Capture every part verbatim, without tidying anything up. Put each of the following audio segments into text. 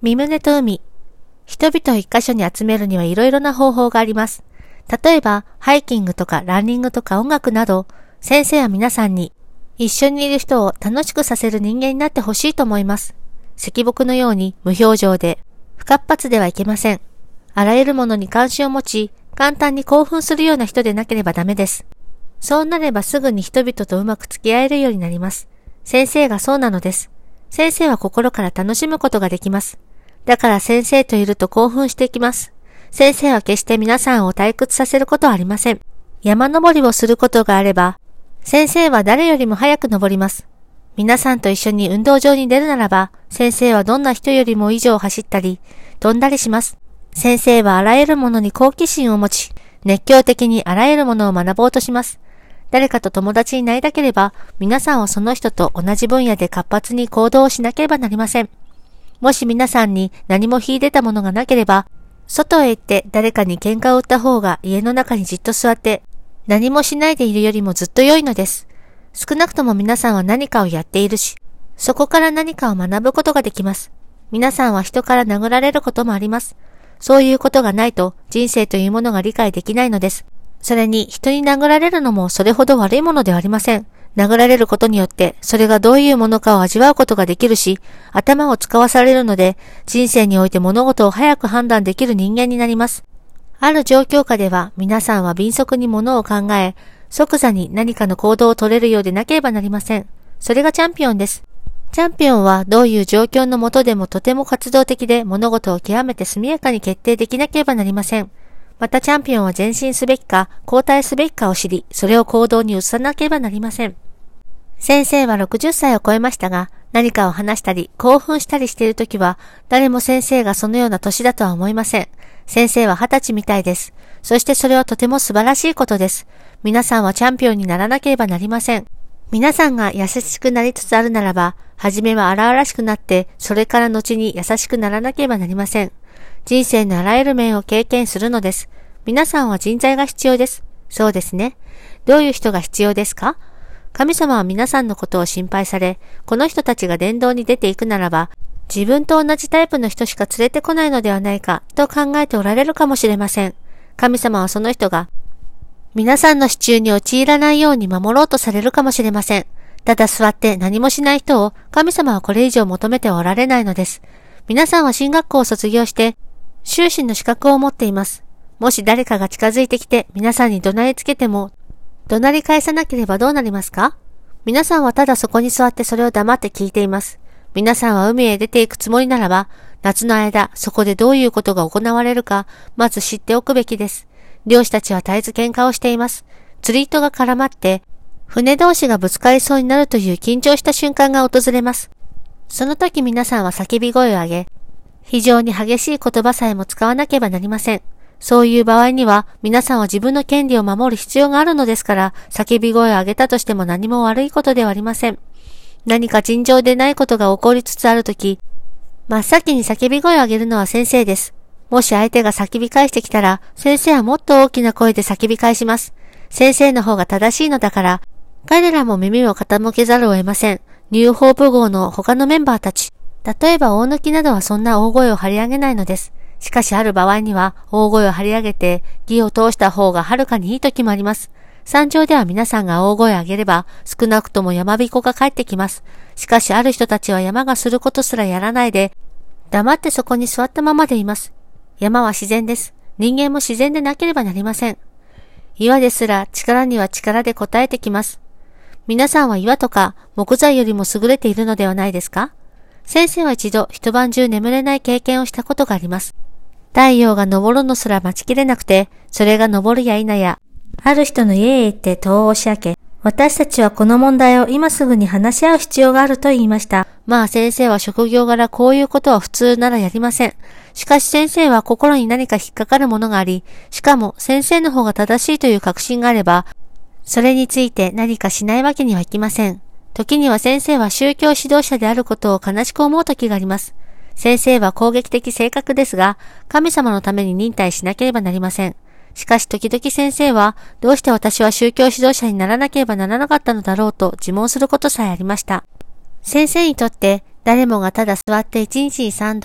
身胸と海。人々を一箇所に集めるにはいろいろな方法があります。例えば、ハイキングとかランニングとか音楽など、先生は皆さんに一緒にいる人を楽しくさせる人間になってほしいと思います。石木のように無表情で、不活発ではいけません。あらゆるものに関心を持ち、簡単に興奮するような人でなければダメです。そうなればすぐに人々とうまく付き合えるようになります。先生がそうなのです。先生は心から楽しむことができます。だから先生といると興奮していきます。先生は決して皆さんを退屈させることはありません。山登りをすることがあれば、先生は誰よりも早く登ります。皆さんと一緒に運動場に出るならば、先生はどんな人よりも以上走ったり、飛んだりします。先生はあらゆるものに好奇心を持ち、熱狂的にあらゆるものを学ぼうとします。誰かと友達になりたければ、皆さんはその人と同じ分野で活発に行動をしなければなりません。もし皆さんに何も秀でたものがなければ、外へ行って誰かに喧嘩を売った方が家の中にじっと座って何もしないでいるよりもずっと良いのです。少なくとも皆さんは何かをやっているし、そこから何かを学ぶことができます。皆さんは人から殴られることもあります。そういうことがないと人生というものが理解できないのです。それに人に殴られるのもそれほど悪いものではありません。殴られることによってそれがどういうものかを味わうことができるし、頭を使わされるので人生において物事を早く判断できる人間になります。ある状況下では皆さんは敏速に物を考え、即座に何かの行動を取れるようでなければなりません。それがチャンピオンです。チャンピオンはどういう状況の下でもとても活動的で物事を極めて速やかに決定できなければなりません。またチャンピオンは前進すべきか後退すべきかを知り、それを行動に移さなければなりません。先生はろくじゅっさいを超えましたが、何かを話したり興奮したりしているときは、誰も先生がそのような年だとは思いません。先生は二十歳みたいです。そしてそれはとても素晴らしいことです。皆さんはチャンピオンにならなければなりません。皆さんが優しくなりつつあるならば、はじめは荒々しくなって、それから後に優しくならなければなりません。人生のあらゆる面を経験するのです。皆さんは人材が必要です。そうですね。どういう人が必要ですか？神様は皆さんのことを心配され、この人たちが伝道に出ていくならば、自分と同じタイプの人しか連れてこないのではないかと考えておられるかもしれません。神様はその人が皆さんの支柱に陥らないように守ろうとされるかもしれません。ただ座って何もしない人を神様はこれ以上求めておられないのです。皆さんは進学校を卒業して修士の資格を持っています。もし誰かが近づいてきて皆さんに怒鳴りつけても怒鳴り返さなければどうなりますか？皆さんはただそこに座ってそれを黙って聞いています。皆さんは海へ出ていくつもりならば、夏の間、そこでどういうことが行われるか、まず知っておくべきです。漁師たちは絶えず喧嘩をしています。釣り糸が絡まって、船同士がぶつかりそうになるという緊張した瞬間が訪れます。その時皆さんは叫び声を上げ、非常に激しい言葉さえも使わなければなりません。そういう場合には、皆さんは自分の権利を守る必要があるのですから、叫び声を上げたとしても何も悪いことではありません。何か尋常でないことが起こりつつあるとき、真っ先に叫び声を上げるのは先生です。もし相手が叫び返してきたら、先生はもっと大きな声で叫び返します。先生の方が正しいのだから、彼らも耳を傾けざるを得ません。ニューホープ号の他のメンバーたち、例えば大抜きなどはそんな大声を張り上げないのです。しかしある場合には、大声を張り上げて、義を通した方がはるかにいい時もあります。山上では皆さんが大声を上げれば、少なくとも山彦が帰ってきます。しかしある人たちは山がすることすらやらないで、黙ってそこに座ったままでいます。山は自然です。人間も自然でなければなりません。岩ですら力には力で応えてきます。皆さんは岩とか木材よりも優れているのではないですか？先生は一度一晩中眠れない経験をしたことがあります。太陽が昇るのすら待ちきれなくて、それが昇るや否や、ある人の家へ行って戸を押し開け、私たちはこの問題を今すぐに話し合う必要があると言いました。まあ先生は職業柄こういうことは普通ならやりません。しかし先生は心に何か引っかかるものがあり、しかも先生の方が正しいという確信があれば、それについて何かしないわけにはいきません。時には先生は宗教指導者であることを悲しく思う時があります。先生は攻撃的性格ですが、神様のために忍耐しなければなりません。しかし時々先生は、どうして私は宗教指導者にならなければならなかったのだろうと自問することさえありました。先生にとって、誰もがただ座って一日に三度、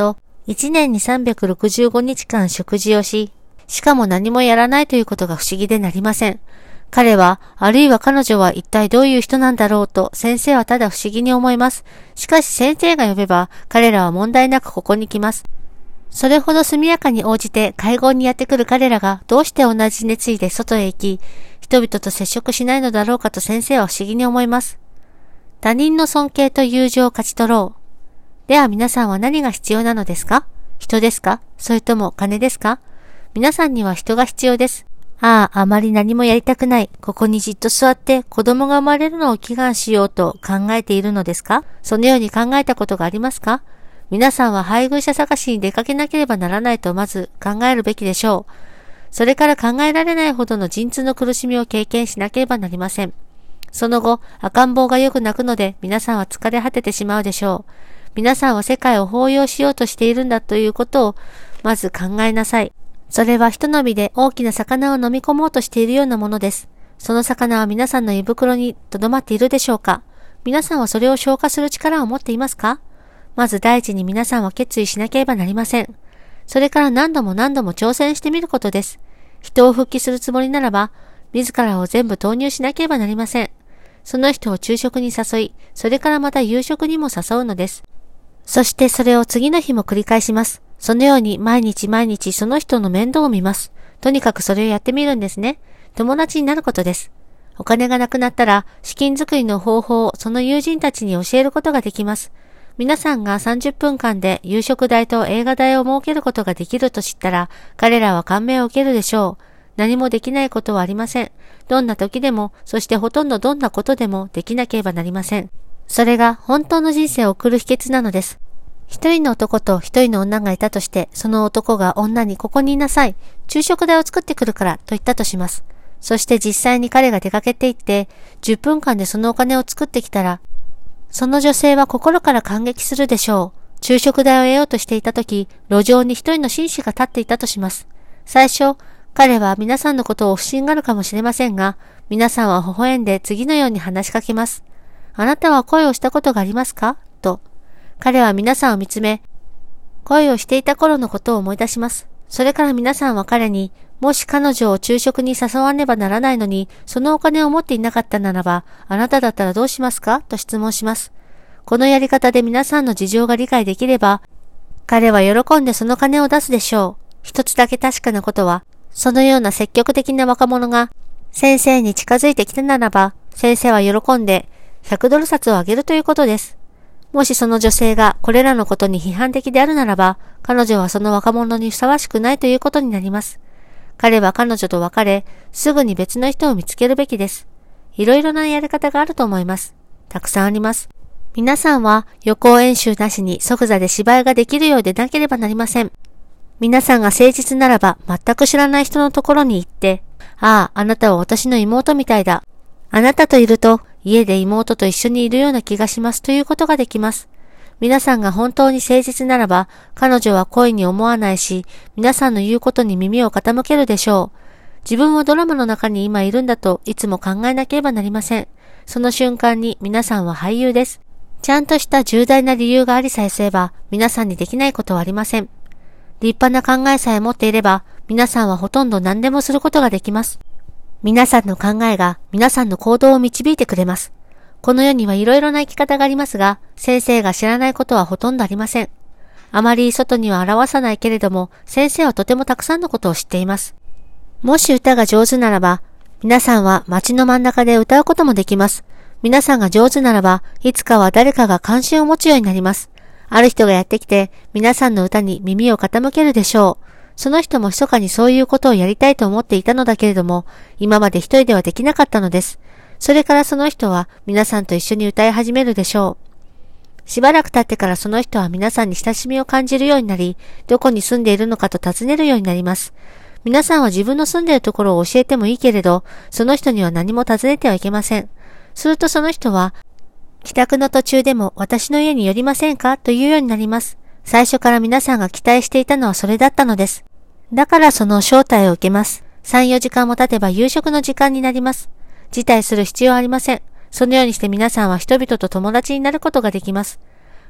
いちねんにさんびゃくろくじゅうごにちかん食事をし、しかも何もやらないということが不思議でなりません。彼は、あるいは彼女は一体どういう人なんだろうと先生はただ不思議に思います。しかし先生が呼べば彼らは問題なくここに来ます。それほど速やかに応じて会合にやってくる彼らがどうして同じ熱意で外へ行き、人々と接触しないのだろうかと先生は不思議に思います。他人の尊敬と友情を勝ち取ろう。では皆さんは何が必要なのですか？人ですか？それとも金ですか？皆さんには人が必要です。ああ、あまり何もやりたくない。ここにじっと座って子供が生まれるのを祈願しようと考えているのですか？そのように考えたことがありますか？皆さんは配偶者探しに出かけなければならないとまず考えるべきでしょう。それから考えられないほどの陣痛の苦しみを経験しなければなりません。その後、赤ん坊がよく泣くので皆さんは疲れ果ててしまうでしょう。皆さんは世界を包容しようとしているんだということをまず考えなさい。それはひと飲みで大きな魚を飲み込もうとしているようなものです。その魚は皆さんの胃袋に留まっているでしょうか？皆さんはそれを消化する力を持っていますか？まず第一に皆さんは決意しなければなりません。それから何度も何度も挑戦してみることです。人を復帰するつもりならば、自らを全部投入しなければなりません。その人を昼食に誘い、それからまた夕食にも誘うのです。そしてそれを次の日も繰り返します。そのように毎日毎日その人の面倒を見ます。とにかくそれをやってみるんですね。友達になることです。お金がなくなったら資金作りの方法をその友人たちに教えることができます。皆さんがさんじゅっぷんかんで夕食代と映画代を設けることができると知ったら、彼らは感銘を受けるでしょう。何もできないことはありません。どんな時でも、そしてほとんどどんなことでもできなければなりません。それが本当の人生を送る秘訣なのです。一人の男と一人の女がいたとして、その男が女にここにいなさい。昼食代を作ってくるからと言ったとします。そして実際に彼が出かけて行って、じゅっぷんかんでそのお金を作ってきたら、その女性は心から感激するでしょう。昼食代を得ようとしていたとき、路上に一人の紳士が立っていたとします。最初、彼は皆さんのことを不審がるかもしれませんが、皆さんは微笑んで次のように話しかけます。あなたは恋をしたことがありますか？と。彼は皆さんを見つめ、恋をしていた頃のことを思い出します。それから皆さんは彼に、もし彼女を昼食に誘わねばならないのに、そのお金を持っていなかったならば、あなただったらどうしますか？と質問します。このやり方で皆さんの事情が理解できれば、彼は喜んでその金を出すでしょう。一つだけ確かなことは、そのような積極的な若者が先生に近づいてきたならば、先生は喜んでひゃくドル札をあげるということです。もしその女性がこれらのことに批判的であるならば、彼女はその若者にふさわしくないということになります。彼は彼女と別れ、すぐに別の人を見つけるべきです。いろいろなやり方があると思います。たくさんあります。皆さんは予行演習なしに即座で芝居ができるようでなければなりません。皆さんが誠実ならば全く知らない人のところに行って、ああ、あなたは私の妹みたいだ。あなたといると家で妹と一緒にいるような気がしますということができます。皆さんが本当に誠実ならば彼女は恋に思わないし、皆さんの言うことに耳を傾けるでしょう。自分はドラマの中に今いるんだといつも考えなければなりません。その瞬間に皆さんは俳優です。ちゃんとした重大な理由がありさえすれば皆さんにできないことはありません。立派な考えさえ持っていれば皆さんはほとんど何でもすることができます。皆さんの考えが皆さんの行動を導いてくれます。この世にはいろいろな生き方がありますが、先生が知らないことはほとんどありません。あまり外には表さないけれども、先生はとてもたくさんのことを知っています。もし歌が上手ならば、皆さんは街の真ん中で歌うこともできます。皆さんが上手ならば、いつかは誰かが関心を持つようになります。ある人がやってきて、皆さんの歌に耳を傾けるでしょう。その人も密かにそういうことをやりたいと思っていたのだけれども、今まで一人ではできなかったのです。それからその人は皆さんと一緒に歌い始めるでしょう。しばらく経ってからその人は皆さんに親しみを感じるようになり、どこに住んでいるのかと尋ねるようになります。皆さんは自分の住んでいるところを教えてもいいけれど、その人には何も尋ねてはいけません。するとその人は、帰宅の途中でも私の家に寄りませんかというようになります。最初から皆さんが期待していたのはそれだったのです。だからその招待を受けます。さん、よじかんも経てば夕食の時間になります。辞退する必要はありません。そのようにして皆さんは人々と友達になることができます。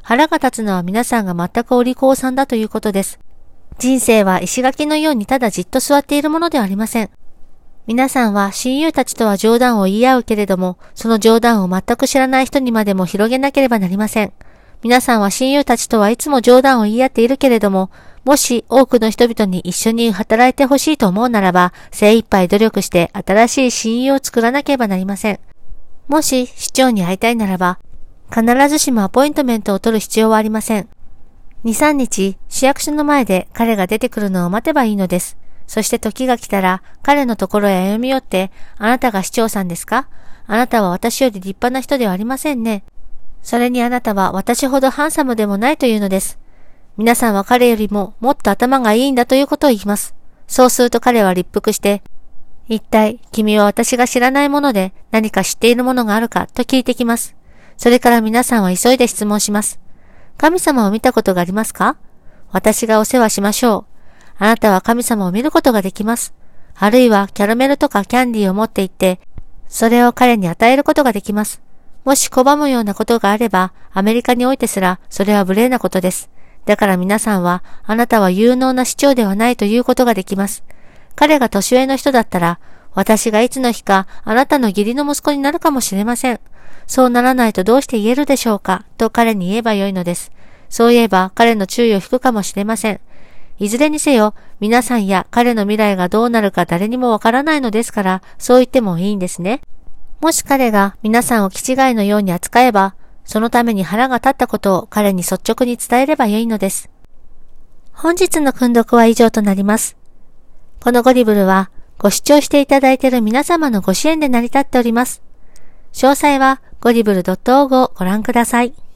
腹が立つのは皆さんが全くお利口さんだということです。人生は石垣のようにただじっと座っているものではありません。皆さんは親友たちとは冗談を言い合うけれども、その冗談を全く知らない人にまでも広げなければなりません。皆さんは親友たちとはいつも冗談を言い合っているけれども、もし多くの人々に一緒に働いてほしいと思うならば、精一杯努力して新しい親友を作らなければなりません。もし市長に会いたいならば、必ずしもアポイントメントを取る必要はありません。に、さんにち市役所の前で彼が出てくるのを待てばいいのです。そして時が来たら彼のところへ歩み寄って、あなたが市長さんですか？あなたは私より立派な人ではありませんね。それにあなたは私ほどハンサムでもないというのです。皆さんは彼よりももっと頭がいいんだということを言います。そうすると彼は立腹して、一体君は私が知らないもので何か知っているものがあるかと聞いてきます。それから皆さんは急いで質問します。神様を見たことがありますか？私がお世話しましょう。あなたは神様を見ることができます。あるいはキャラメルとかキャンディーを持って行って、それを彼に与えることができます。もし拒むようなことがあれば、アメリカにおいてすらそれは無礼なことです。だから皆さんは、あなたは有能な市長ではないということができます。彼が年上の人だったら、私がいつの日かあなたの義理の息子になるかもしれません。そうならないとどうして言えるでしょうかと彼に言えばよいのです。そう言えば彼の注意を引くかもしれません。いずれにせよ、皆さんや彼の未来がどうなるか誰にもわからないのですから、そう言ってもいいんですね。もし彼が皆さんを気違いのように扱えば、そのために腹が立ったことを彼に率直に伝えればよいのです。本日の訓読は以上となります。このゴリブルは、ご視聴していただいている皆様のご支援で成り立っております。詳細はゴリブル ドットオーアールジ をご覧ください。